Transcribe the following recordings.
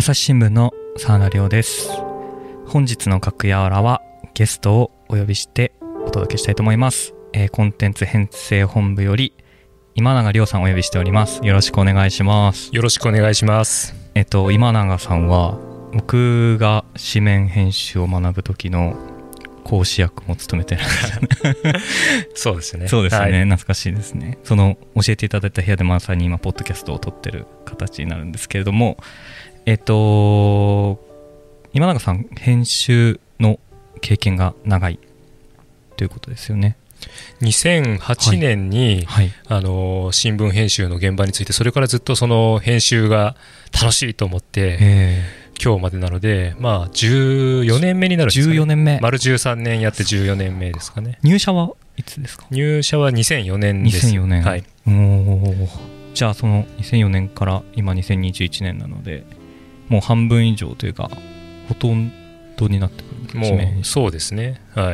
朝日新聞の沢田亮です。本日の楽屋裏はゲストをお呼びしてお届けしたいと思います。コンテンツ編成本部より今永亮さんをお呼びしております。よろしくお願いします。 よろしくお願いします。 今永さんは僕が紙面編集を学ぶ時の講師役も務めてるんですよね。 そうですね。 そうですね、はい、懐かしいですね。その教えていただいた部屋でまさに今ポッドキャストを撮ってる形になるんですけれども、今永さん編集の経験が長いということですよね。 2008年に、はい、新聞編集の現場について、それからずっとその編集が楽しいと思って今日までなので、まあ14年目になるんですかね。14年目、丸13年やって14年目ですかね。 入社はいつですか？ 入社は2004年です。 2004年、 はい。 じゃあその2004年から今2021年なので、もう半分以上というかほとんどになってくる。 もうそうですね。はい。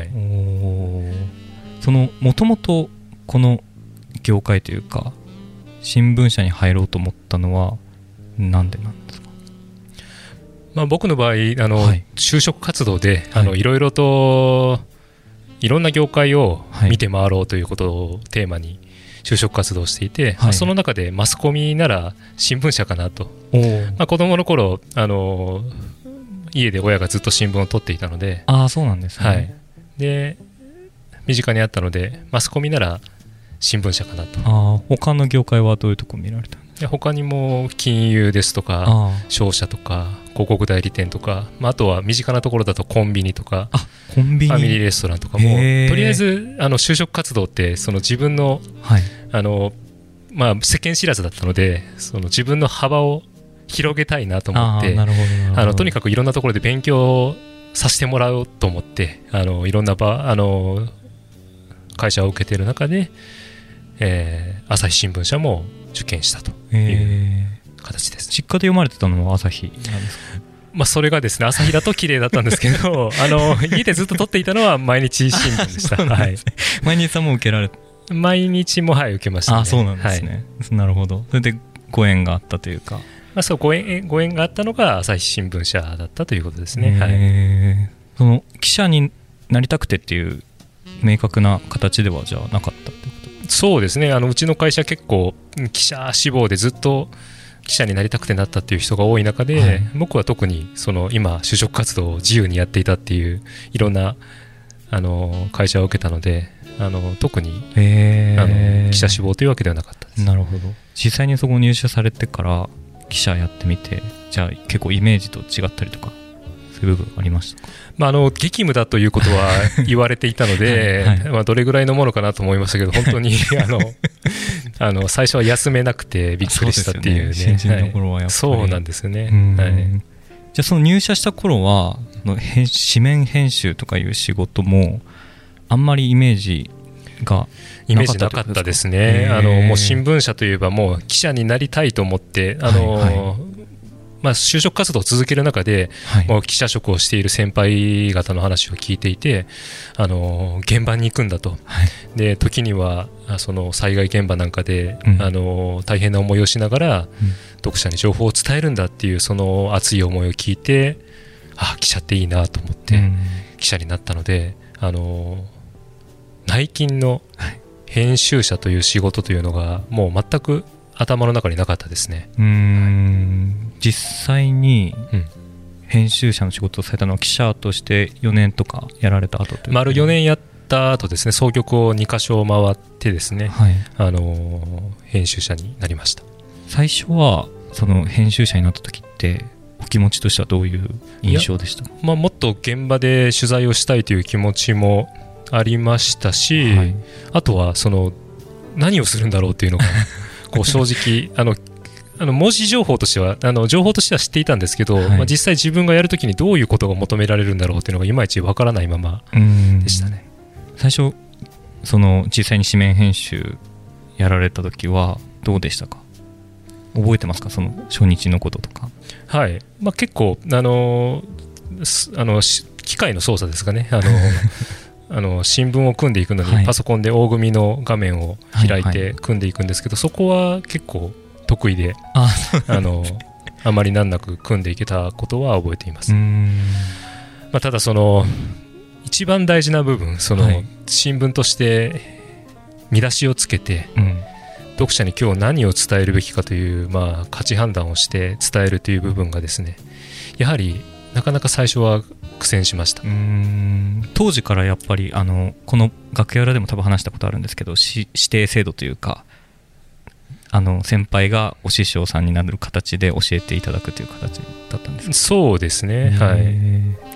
もともとこの業界というか新聞社に入ろうと思ったのはなんでなんですか？ まあ、僕の場合就職活動でいろいろといろんな業界を見て回ろうということをテーマに就職活動をしていて、その中でマスコミなら新聞社かなと。子供の頃家で親がずっと新聞を取っていたので、 そうなんですね。 はい、で身近にあったのでマスコミなら新聞社かなと。 他の業界はどういうところ見られたんですか？ 他にも金融ですとか商社とか広告代理店とか、あとは身近なところだとコンビニとかファミリーレストランとかも、とりあえず就職活動ってその自分の、はい、世間知らずだったので、その自分の幅を広げたいなと思って、とにかくいろんなところで勉強させてもらおうと思って、いろんな会社を受けている中で、朝日新聞社も受験したという形です。 実家で読まれてたのは朝日なんですか？ それがですね、朝日だと綺麗だったんですけど家でずっと撮っていたのは毎日新聞でした。はい、 毎日さんも受けられた？ 毎日も、受けましたね。 そうなんですね。はい、なるほど。それでご縁があったというか、 そうご縁があったのが朝日新聞社だったということですね。はい、 その記者になりたくてっていう明確な形ではじゃあなかったってこと？ そうですね。うちの会社結構記者志望でずっと記者になりたくてなったっていう人が多い中で、はい、僕は特に今就職活動を自由にやっていたっていういろんな会社を受けたので、特に記者志望というわけではなかったです。 なるほど。実際にそこ入社されてから記者やってみて、じゃあ結構イメージと違ったりとかそういう部分ありましたか？ 激務だということは言われていたのではい、どれぐらいのものかなと思いましたけど、本当に最初は休めなくてびっくりしたっていうね。 新人の頃はやっぱり、 そうなんですよね。はい、 じゃあその入社した頃は紙面編集とかいう仕事もあんまりイメージなかったですね。もう新聞社といえばもう記者になりたいと思って就職活動を続ける中で、もう記者職をしている先輩方の話を聞いていて、現場に行くんだと、で時にはその災害現場なんかで、大変な思いをしながら、読者に情報を伝えるんだっていうその熱い思いを聞いて、記者っていいなと思って記者になったので、内勤の編集者という仕事というのがもう全く頭の中になかったですね。 実際に編集者の仕事をされたのは記者として4年とかやられた後という丸4年やった後ですね。総局を2カ所回ってですね、はい、編集者になりました。 最初はその編集者になった時ってお気持ちとしてはどういう印象でした？ もっと現場で取材をしたいという気持ちもありましたし、はい、あとは何をするんだろうというのが正直文字情報としては情報としては知っていたんですけど、はい、実際自分がやるときにどういうことが求められるんだろうというのがいまいちわからないままでしたね。 最初実際に紙面編集やられたときはどうでしたか？覚えてますか？その初日のこととか。 はい、結構機械の操作ですかね。新聞を組んでいくのにパソコンで大組の画面を開いて組んでいくんですけど、そこは結構得意であまり難なく組んでいけたことは覚えています。ただその一番大事な部分、その新聞として見出しをつけて、読者に今日何を伝えるべきかという、価値判断をして伝えるという部分がですね、やはりなかなか最初は苦戦しました。 当時からやっぱりこの楽屋裏でも多分話したことあるんですけど、指定制度というか、先輩がお師匠さんになる形で教えていただくという形だったんですか？ そうですね、はい。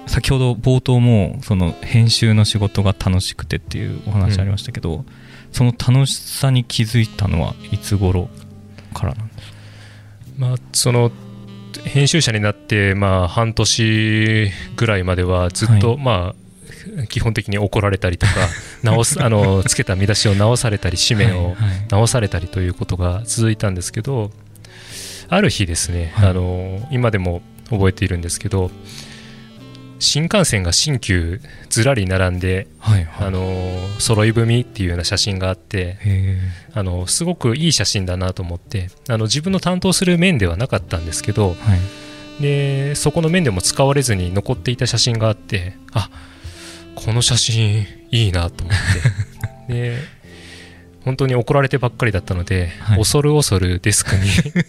先ほど冒頭もその編集の仕事が楽しくてっていうお話ありましたけど、その楽しさに気づいたのはいつ頃からなんですか？ その編集者になって半年ぐらいまではずっと、基本的に怒られたりとかつけた見出しを直されたり紙面を直されたりということが続いたんですけど、ある日ですね、今でも覚えているんですけど、新幹線が新旧ずらり並んで、揃い踏みっていうような写真があって、すごくいい写真だなと思って、自分の担当する面ではなかったんですけど、でそこの面でも使われずに残っていた写真があって、この写真いいなと思ってで本当に怒られてばっかりだったので、恐る恐るデスクに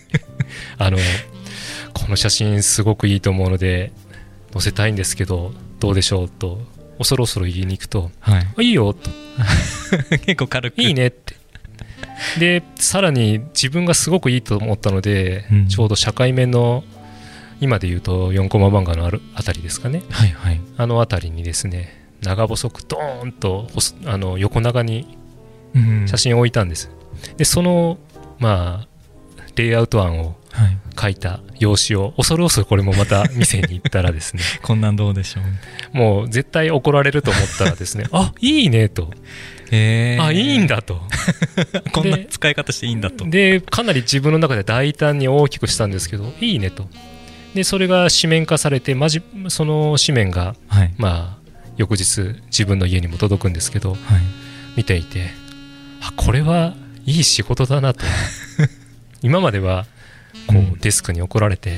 この写真すごくいいと思うので載せたいんですけどどうでしょうと恐る恐る言いに行くと、いいよと結構軽くいいねって。でさらに自分がすごくいいと思ったので、ちょうど社会面の今で言うと4コマ漫画のあたりですかね、あのあたりにですね、長細くドーンと横長に写真を置いたんです。でそのレイアウト案を書いた用紙を恐る恐るこれもまた店に行ったらですねこんなんどうでしょう、 もう絶対怒られると思ったらですねいいねと、いいんだとこんな使い方していいんだと。 でかなり自分の中で大胆に大きくしたんですけど、いいねと。でそれが紙面化されて、その紙面が、翌日自分の家にも届くんですけど、見ていてこれはいい仕事だなと今まではこう、デスクに怒られて、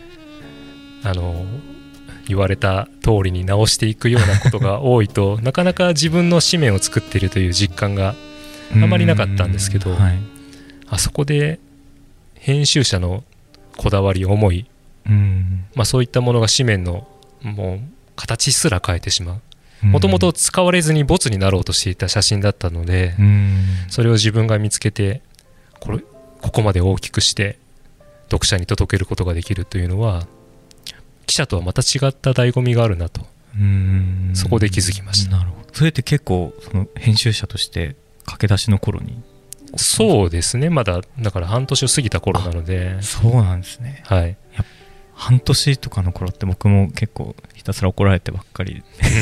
言われた通りに直していくようなことが多いとなかなか自分の紙面を作っているという実感があまりなかったんですけど、あそこで編集者のこだわり思い、そういったものが紙面のもう形すら変えてしまう。もともと使われずにボツになろうとしていた写真だったので、それを自分が見つけてここまで大きくして読者に届けることができるというのは記者とはまた違った醍醐味があるなと、そこで気づきました。 なるほど。それって結構その編集者として駆け出しの頃に？ そうですね、まだだから半年を過ぎた頃なので。 そうなんですね。半年とかの頃って僕も結構ひたすら怒られてばっかり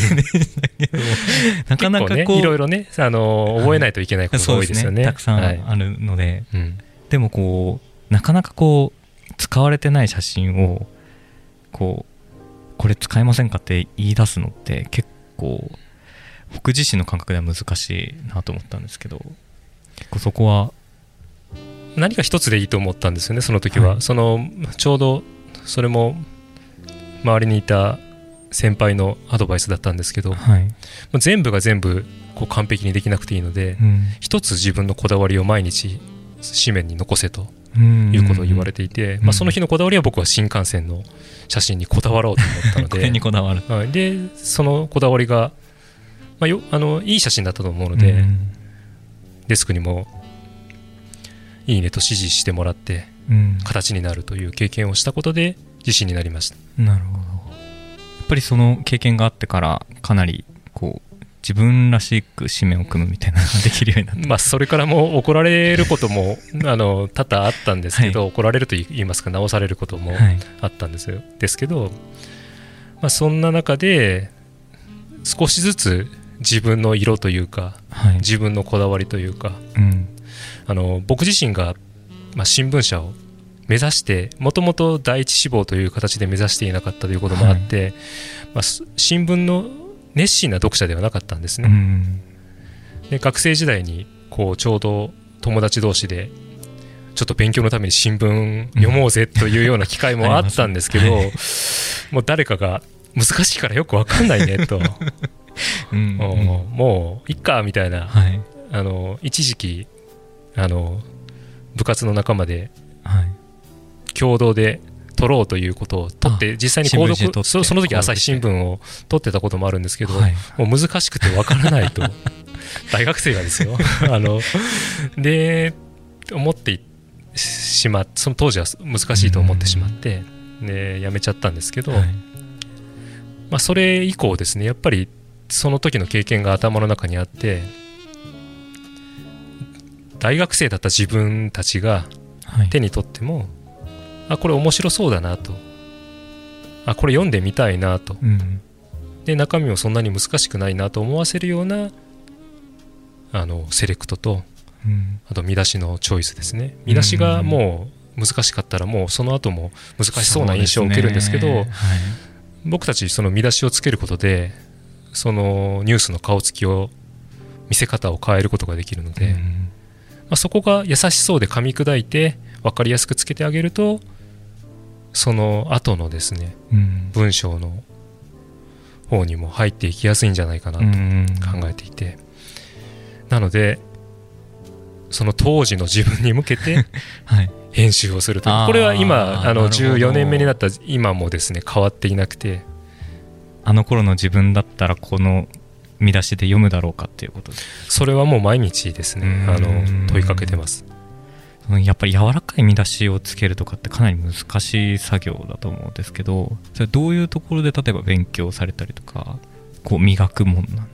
なかなかいろいろね、覚えないといけないことが多いですよね。 たくさんあるので、でもなかなか使われてない写真をこれ使えませんかって言い出すのって結構僕自身の感覚では難しいなと思ったんですけど、結構そこは何か一つでいいと思ったんですよね、その時は。ちょうどそれも周りにいた先輩のアドバイスだったんですけど、全部が全部完璧にできなくていいので、一つ自分のこだわりを毎日紙面に残せということを言われていて、その日のこだわりは僕は新幹線の写真にこだわろうと思ったのでこれにこだわる、 でそのこだわりが、いい写真だったと思うので、デスクにもいいねと指示してもらって形になるという経験をしたことで自信になりました。 なるほど。やっぱりその経験があってからかなり自分らしく紙面を組むみたいなのができるようになってそれからも怒られることも多々あったんですけど、怒られると言いますか直されることもあったんですよ、ですけど、そんな中で少しずつ自分の色というか、自分のこだわりというか、僕自身が新聞社を目指して、もともと第一志望という形で目指していなかったということもあって、新聞の熱心な読者ではなかったんですね。で学生時代にちょうど友達同士でちょっと勉強のために新聞読もうぜというような機会もあったんですけど、もう誰かが難しいからよく分かんないねともういっかみたいな、一時期部活の仲間で共同で取ろうということを取って、実際に購読、その時朝日新聞を取ってたこともあるんですけど、もう難しくて分からないと大学生がですよで思ってしまって、その当時は難しいと思ってしまって、でやめちゃったんですけど、それ以降ですね、やっぱりその時の経験が頭の中にあって、大学生だった自分たちが手に取っても、これ面白そうだなと、これ読んでみたいなと、で中身もそんなに難しくないなと思わせるようなセレクトと、あと見出しのチョイスですね。見出しがもう難しかったらもうその後も難しそうな印象を受けるんですけど、僕たちその見出しをつけることでそのニュースの顔つきを、見せ方を変えることができるので、そこが優しそうで噛み砕いて分かりやすくつけてあげると、その後のですね、文章の方にも入っていきやすいんじゃないかなと考えていて、なのでその当時の自分に向けて編集をするとこれは今14年目になった今もですね変わっていなくて、 あの頃の自分だったらこの見出しで読むだろうかっていうことです。 それはもう毎日ですね問いかけてます。 やっぱり柔らかい見出しをつけるとかってかなり難しい作業だと思うんですけど、それどういうところで例えば勉強されたりとかこう磨くもんなん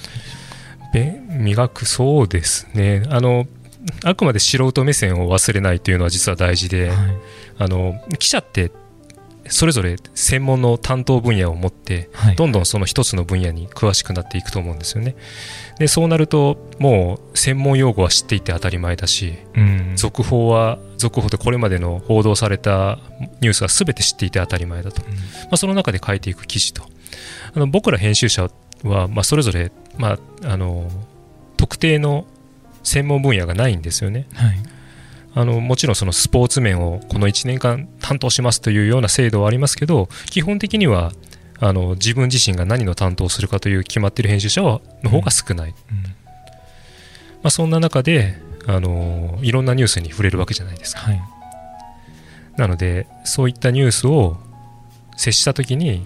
磨く、そうですね、あくまで素人目線を忘れないというのは実は大事で、記者ってそれぞれ専門の担当分野を持って、どんどんその一つの分野に詳しくなっていくと思うんですよね。でそうなるともう専門用語は知っていて当たり前だし、続報は続報でこれまでの報道されたニュースは全て知っていて当たり前だと、その中で書いていく記事と、僕ら編集者はそれぞれ、特定の専門分野がないんですよね。もちろんそのスポーツ面をこの1年間担当しますというような制度はありますけど、基本的には自分自身が何の担当するかという決まっている編集者の方が少ない、そんな中でいろんなニュースに触れるわけじゃないですか、なのでそういったニュースを接したときに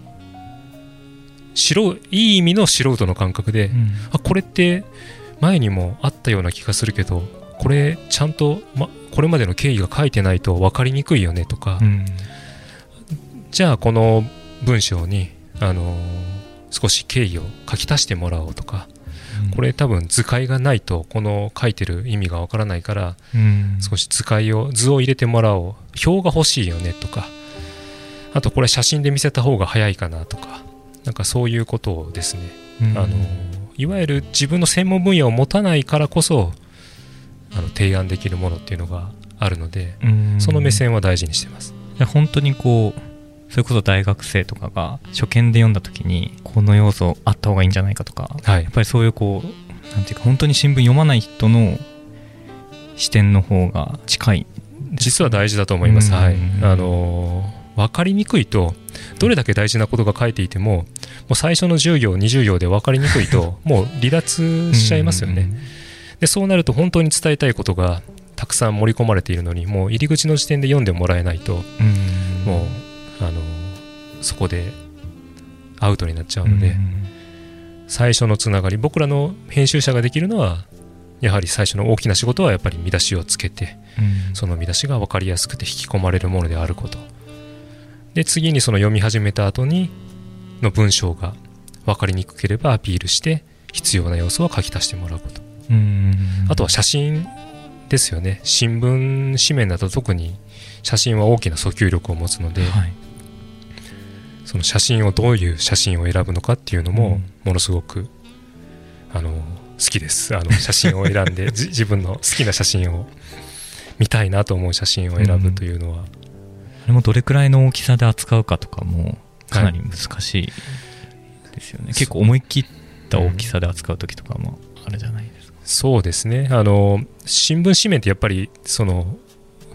いい意味の素人の感覚で、これって前にもあったような気がするけど、これちゃんと、これまでの経緯が書いてないと分かりにくいよねとか、じゃあこの文章に少し経緯を書き足してもらおうとか、これ多分図解がないとこの書いてる意味が分からないから、少し図を入れてもらおう、表が欲しいよねとか、あとこれ写真で見せた方が早いかなとか、なんかそういうことをですね、いわゆる自分の専門分野を持たないからこそ提案できるものっていうのがあるので、その目線は大事にしてます。 本当にこうそれこそ大学生とかが初見で読んだ時にこの要素あった方がいいんじゃないかとか、やっぱりそういうこうなんていうか本当に新聞読まない人の視点の方が近い、 実は大事だと思います。分かりにくいとどれだけ大事なことが書いていても、もう最初の10行20行で分かりにくいともう離脱しちゃいますよね。でそうなると本当に伝えたいことがたくさん盛り込まれているのに、もう入り口の時点で読んでもらえないと、もうそこでアウトになっちゃうので、最初のつながり、僕らの編集者ができるのはやはり最初の大きな仕事はやっぱり見出しをつけて、その見出しが分かりやすくて引き込まれるものであることで、次にその読み始めた後にの文章が分かりにくければアピールして必要な要素を書き足してもらうこと、あとは写真ですよね。新聞紙面だと特に写真は大きな訴求力を持つので、その写真をどういう写真を選ぶのかっていうのもものすごく好きです。写真を選んで自分の好きな写真を見たいなと思う写真を選ぶというのは、 あれもどれくらいの大きさで扱うかとかもかなり難しいですよね。結構思い切った大きさで扱う時とかもあるじゃないですか。 そうですね。新聞紙面ってやっぱりその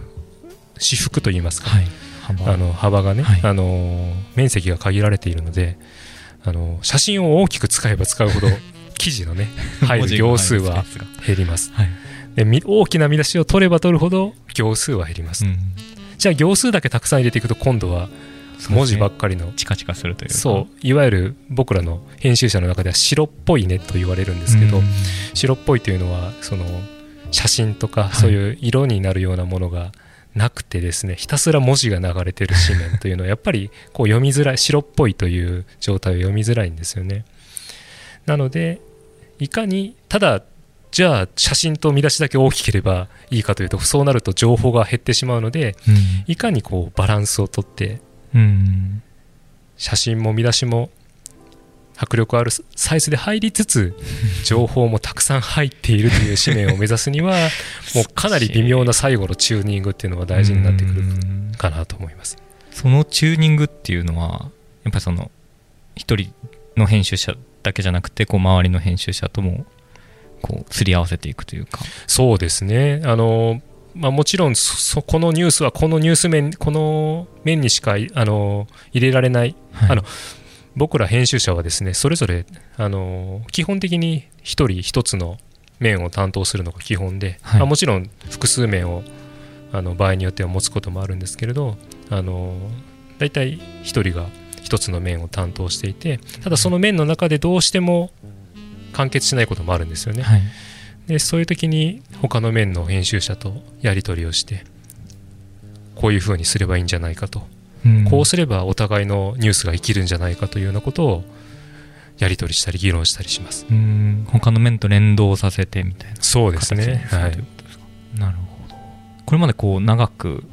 私服といいますか、 はい、 幅がね、 はい、 面積が限られているので、写真を大きく使えば使うほど記事のね入る行数は減ります、はい、で大きな見出しを取れば取るほど行数は減ります、じゃあ行数だけたくさん入れていくと今度は文字ばっかりの、 チカチカするというか、 そういわゆる僕らの編集者の中では白っぽいねと言われるんですけど、白っぽいというのはその写真とかそういう色になるようなものがなくてですね、ひたすら文字が流れてる紙面というのはやっぱりこう読みづらい、白っぽいという状態を読みづらいんですよね。なのでいかにただじゃあ写真と見出しだけ大きければいいかというと、そうなると情報が減ってしまうので、いかにこうバランスをとって、写真も見出しも迫力あるサイズで入りつつ情報もたくさん入っているという紙面を目指すにはもうかなり微妙な最後のチューニングっていうのは大事になってくるかなと思います。 そのチューニングっていうのはやっぱりその一人の編集者だけじゃなくてこう周りの編集者ともこうすり合わせていくというか。 そうですね、もちろんこのニュースはこのニュース面この面にしか入れられない、はい、僕ら編集者はですねそれぞれ基本的に一人一つの面を担当するのが基本で、はい、もちろん複数面を場合によっては持つこともあるんですけれどだいたい一人が一つの面を担当していて、ただその面の中でどうしても完結しないこともあるんですよね、はい、でそういう時に他の面の編集者とやり取りをしてこういうふうにすればいいんじゃないかと、こうすればお互いのニュースが生きるんじゃないかというようなことをやり取りしたり議論したりします。 他の面と連動させてみたいな。 そうですね、はい、 なるほど。これまでこう長く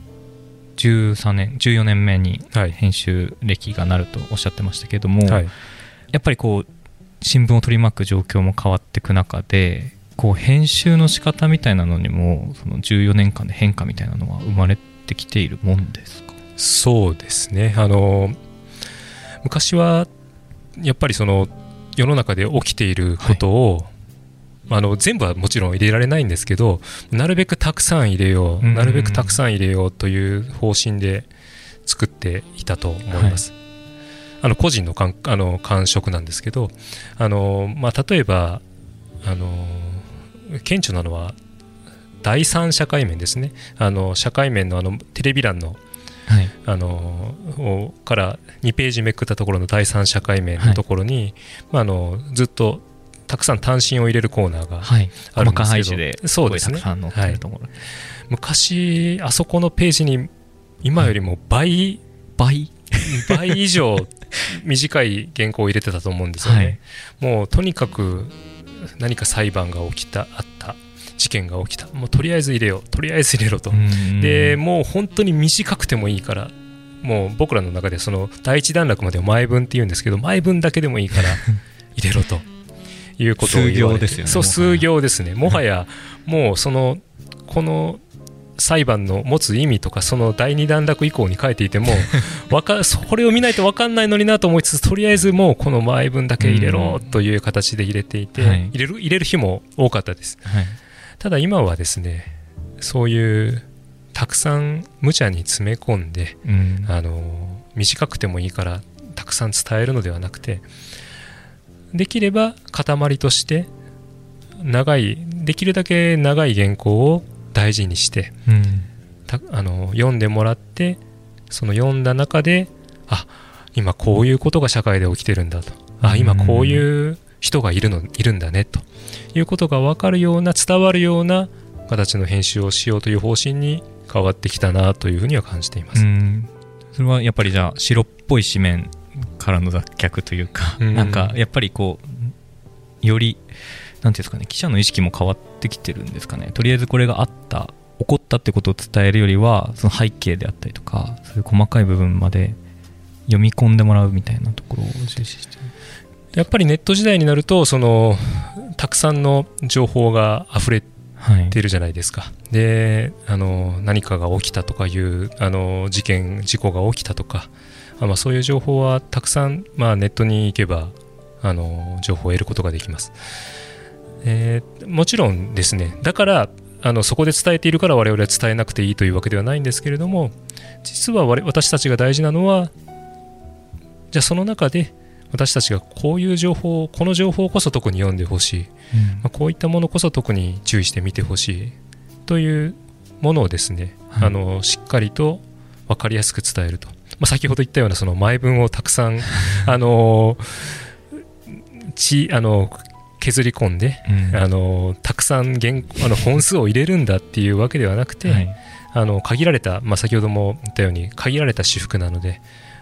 14年目に編集歴がなるとおっしゃってましたけれども、はい、やっぱりこう新聞を取り巻く状況も変わっていく中でこう編集の仕方みたいなのにもその14年間で変化みたいなのは生まれてきているもんですか？ そうですね、昔はやっぱりその世の中で起きていることを、はい、全部はもちろん入れられないんですけどなるべくたくさん入れよう、なるべくたくさん入れようという方針で作っていたと思います、はい、個人の感触なんですけど例えば顕著なのは第三社会面ですね。社会面のテレビ欄の、はい、から2ページめくったところの第三社会面のところに、はい、ずっとたくさん単身を入れるコーナーがあるんですけど、はい、そうですね、はい、昔あそこのページに今よりも倍以上短い原稿を入れてたと思うんですよね、はい、もうとにかく何か裁判が起きた、あった事件が起きた、もうとりあえず入れよう、とりあえず入れろと。でもう本当に短くてもいいから、もう僕らの中でその第一段落までを前文って言うんですけど、前文だけでもいいから入れろということを言われて、数行ですよね。そう、数行ですね。もはやもうこの裁判の持つ意味とかその第二段落以降に書いていてもこれを見ないと分かんないのになと思いつつ、とりあえずもうこの前文だけ入れろという形で入れていて、はい、入れる日も多かったです、はい、ただ今はですねそういうたくさん無茶に詰め込んで、短くてもいいからたくさん伝えるのではなくて、できれば塊としてできるだけ長い原稿を大事にして、読んでもらって、その読んだ中で今こういうことが社会で起きてるんだと、今こういう人がいるんだねということが分かるような、伝わるような形の編集をしようという方針に変わってきたなというふうには感じています。 それはやっぱりじゃあ白っぽい紙面からの脱却というか、なんかやっぱりこうよりなんていうんですかね、記者の意識も変わってきてるんですかね。とりあえずこれが起こったってことを伝えるよりは、その背景であったりとかそういう細かい部分まで読み込んでもらうみたいなところを重視してる。 やっぱりネット時代になるとたくさんの情報が溢れているじゃないですか、はい、で何かが起きたとかいう事故が起きたとか、そういう情報はたくさん、ネットに行けば情報を得ることができます。もちろんですね、だからそこで伝えているから我々は伝えなくていいというわけではないんですけれども、実は私たちが大事なのは、じゃあその中で私たちがこういう情報、この情報こそ特に読んでほしい、こういったものこそ特に注意して見てほしいというものをですね、しっかりと分かりやすく伝えると、先ほど言ったようなその前文をたくさん削り込んで、たくさん本数を入れるんだっていうわけではなくて、限られた、先ほども言ったように限られた私服なので、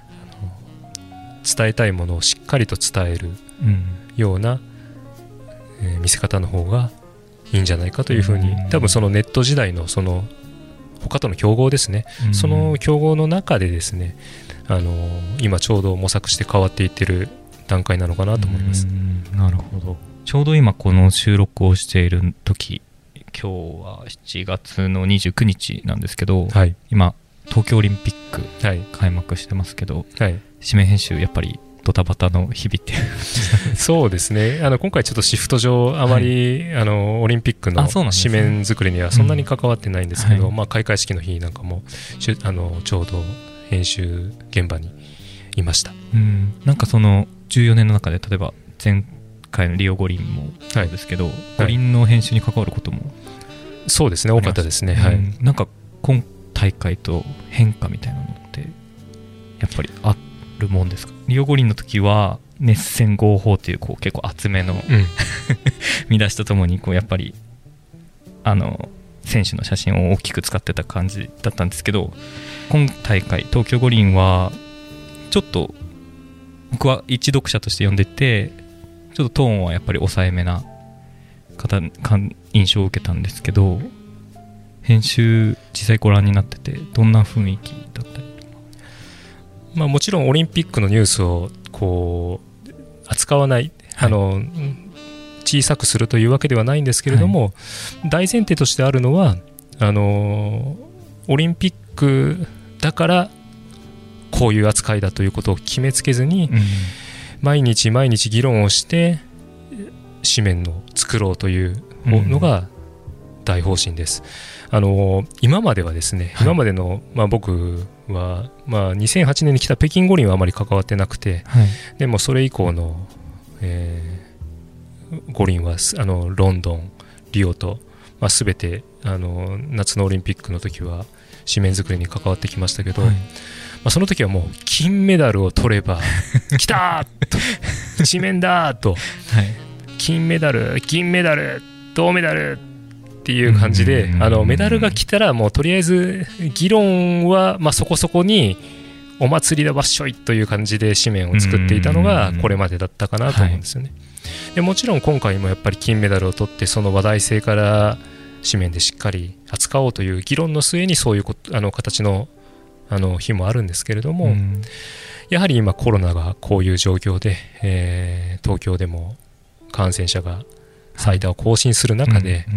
伝えたいものをしっかりと伝えるような、見せ方の方がいいんじゃないかというふうに、多分そのネット時代のその他との競合ですね、その競合の中でですね、今ちょうど模索して変わっていってる段階なのかなと思います。 なるほど。ちょうど今この収録をしている時、今日は7月の29日なんですけど、今東京オリンピック開幕してますけど、指名編集やっぱりドタバタの日々っていうそうですね、今回ちょっとシフト上あまり、オリンピックの紙面作りにはそんなに関わってないんですけど、開会式の日なんかもちょうど編集現場にいました。 なんかその14年の中で、例えば前回のリオ五輪もそうですけど、五輪の編集に関わることもそうですね、多かったですね。 なんか今大会と変化みたいなのってやっぱりあるもんですか？リオ五輪の時は熱戦合法という結構厚めの見出しとともにやっぱり選手の写真を大きく使ってた感じだったんですけど、今大会東京五輪はちょっと僕は一読者として読んでて、ちょっとトーンはやっぱり抑えめな印象を受けたんですけど、編集実際ご覧になっててどんな雰囲気だったりとか？ もちろんオリンピックのニュースを扱わない、小さくするというわけではないんですけれども、大前提としてあるのはオリンピックだからこういう扱いだということを決めつけずに、毎日毎日議論をして紙面を作ろうというのが大方針です。今まではですね、今までの、僕は、2008年に来た北京五輪はあまり関わってなくて、でもそれ以降の、五輪はロンドン、リオと、全て夏のオリンピックの時は紙面作りに関わってきましたけど、その時はもう金メダルを取れば来たーと紙面だーと、金メダル、銀メダル、銅メダルっていう感じで、メダルが来たらもうとりあえず議論はそこそこにお祭りだわっしょいという感じで紙面を作っていたのがこれまでだったかなと思うんですよね。でもちろん今回もやっぱり金メダルを取って、その話題性から紙面でしっかり扱おうという議論の末にそういう形の日もあるんですけれども、やはり今コロナがこういう状況で、東京でも感染者が最多を更新する中で、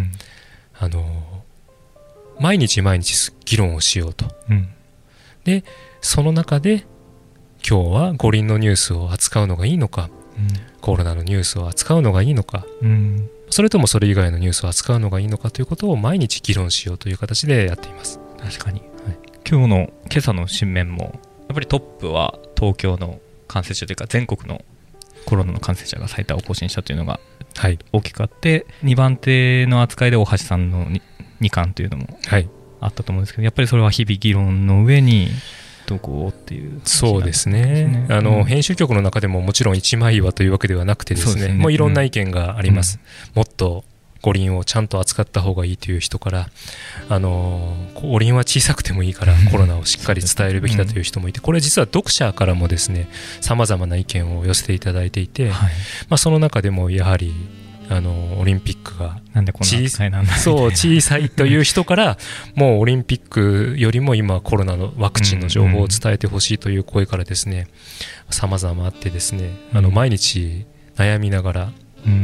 毎日毎日議論をしようと、でその中で今日は五輪のニュースを扱うのがいいのか、コロナのニュースを扱うのがいいのか、それともそれ以外のニュースを扱うのがいいのかということを毎日議論しようという形でやっています。 確かに、今朝の新聞もやっぱりトップは東京の感染者というか全国のコロナの感染者が最多を更新したというのが大きくあって、2番手の扱いで大橋さんの2冠というのもあったと思うんですけど、やっぱりそれは日々議論の上にどこうっていう、 そうですね、編集局の中でももちろん一枚岩というわけではなくてですね、もういろんな意見があります。もっと五輪をちゃんと扱った方がいいという人から、五輪は小さくてもいいからコロナをしっかり伝えるべきだという人もいて、これ実は読者からもですね、様々な意見を寄せていただいていて、その中でもやはりオリンピックがなんでこんな扱いなんだみたいな、 小さいという人からもうオリンピックよりも今コロナのワクチンの情報を伝えてほしいという声からですね、様々あってですね、毎日悩みながら、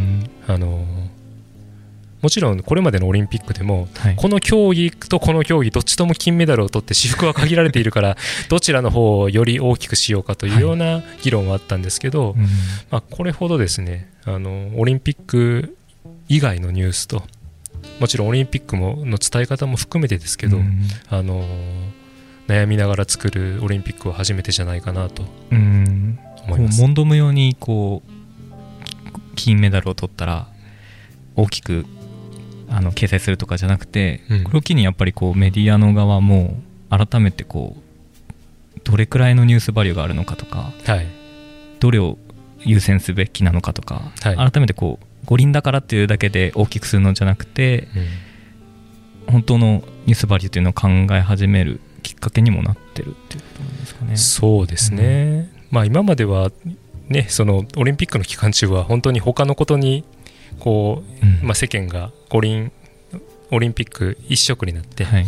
もちろんこれまでのオリンピックでも、この競技とこの競技どっちとも金メダルを取って私服は限られているからどちらの方をより大きくしようかというような議論はあったんですけど、これほどですねオリンピック以外のニュースともちろんオリンピックの伝え方も含めてですけど、悩みながら作るオリンピックは初めてじゃないかなと思います。 問答無用にこう金メダルを取ったら大きく掲載するとかじゃなくて、これを機にやっぱりこうメディアの側も改めてこうどれくらいのニュースバリューがあるのかとか、 はい、 どれを優先すべきなのかとか、はい、改めてこう五輪だからっていうだけで大きくするのじゃなくて、本当のニュースバリューというのを考え始めるきっかけにもなってるっていうことなんですかね。 そうですね、今まではね、そのオリンピックの期間中は本当に他のことにこう、世間がオリンピック一色になって、はい、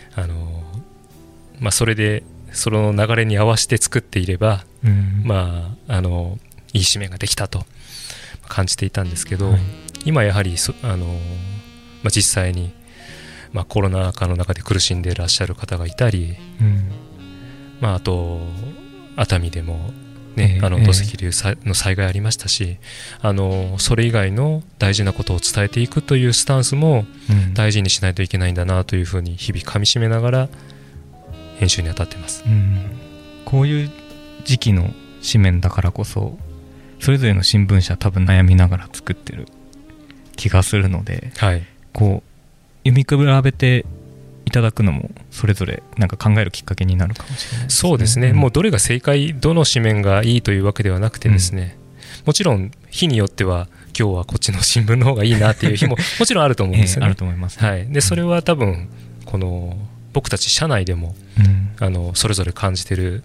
それでその流れに合わせて作っていれば、いい締めができたと感じていたんですけど、はい、今やはり実際に、コロナ禍の中で苦しんでいらっしゃる方がいたり、あと熱海でもね、土石流の災害ありましたし、それ以外の大事なことを伝えていくというスタンスも大事にしないといけないんだなというふうに日々かみしめながら編集に当たっています。 こういう時期の紙面だからこそそれぞれの新聞社多分悩みながら作ってる気がするので、はい、こう読み比べていただくのもそれぞれなんか考えるきっかけになるかもしれないですね。 そうですね、もうどれが正解、どの紙面がいいというわけではなくてですね、もちろん日によっては今日はこっちの新聞の方がいいなっていう日ももちろんあると思うんですよね。 あると思います、ね。 はい、でそれは多分この僕たち社内でも、それぞれ感じてる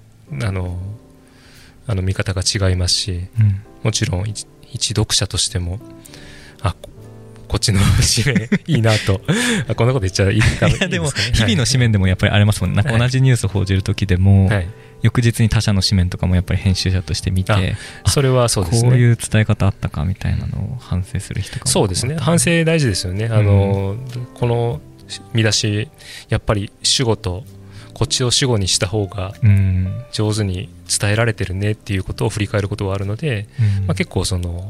見方が違いますし、もちろん一読者としてもこっちの紙面いいなとこんなこと言っちゃいいかもしれないですかね。 でも日々の紙面でもやっぱりありますもんね。なんか同じニュースを報じる時でも、はい、翌日に他社の紙面とかもやっぱり編集者として見て、 それはそうですね、 こういう伝え方あったかみたいなのを反省する人がそうですね、反省大事ですよね。この見出しやっぱり主語とこっちを主語にした方が上手に伝えられてるねっていうことを振り返ることはあるので、結構その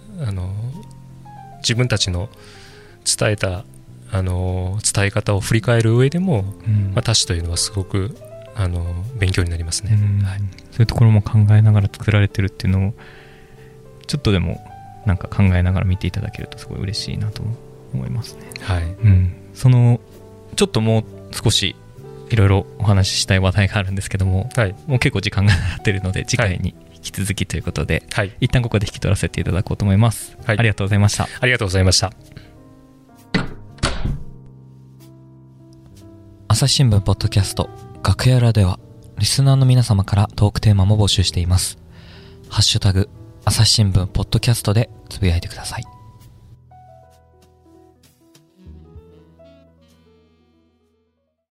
自分たちの伝えた伝え方を振り返る上でも、他種というのはすごく勉強になりますね。 はい、そういうところも考えながら作られてるっていうのをちょっとでもなんか考えながら見ていただけるとすごい嬉しいなと思いますね。 はい、 そのちょっともう少しいろいろお話ししたい話題があるんですけども、はい、もう結構時間がなっているので次回に引き続きということで、はい、一旦ここで引き取らせていただこうと思います。はい、ありがとうございました。 ありがとうございました。 朝日新聞ポッドキャスト楽屋裏ではリスナーの皆様からトークテーマも募集しています。ハッシュタグ朝日新聞ポッドキャストでつぶやいてください。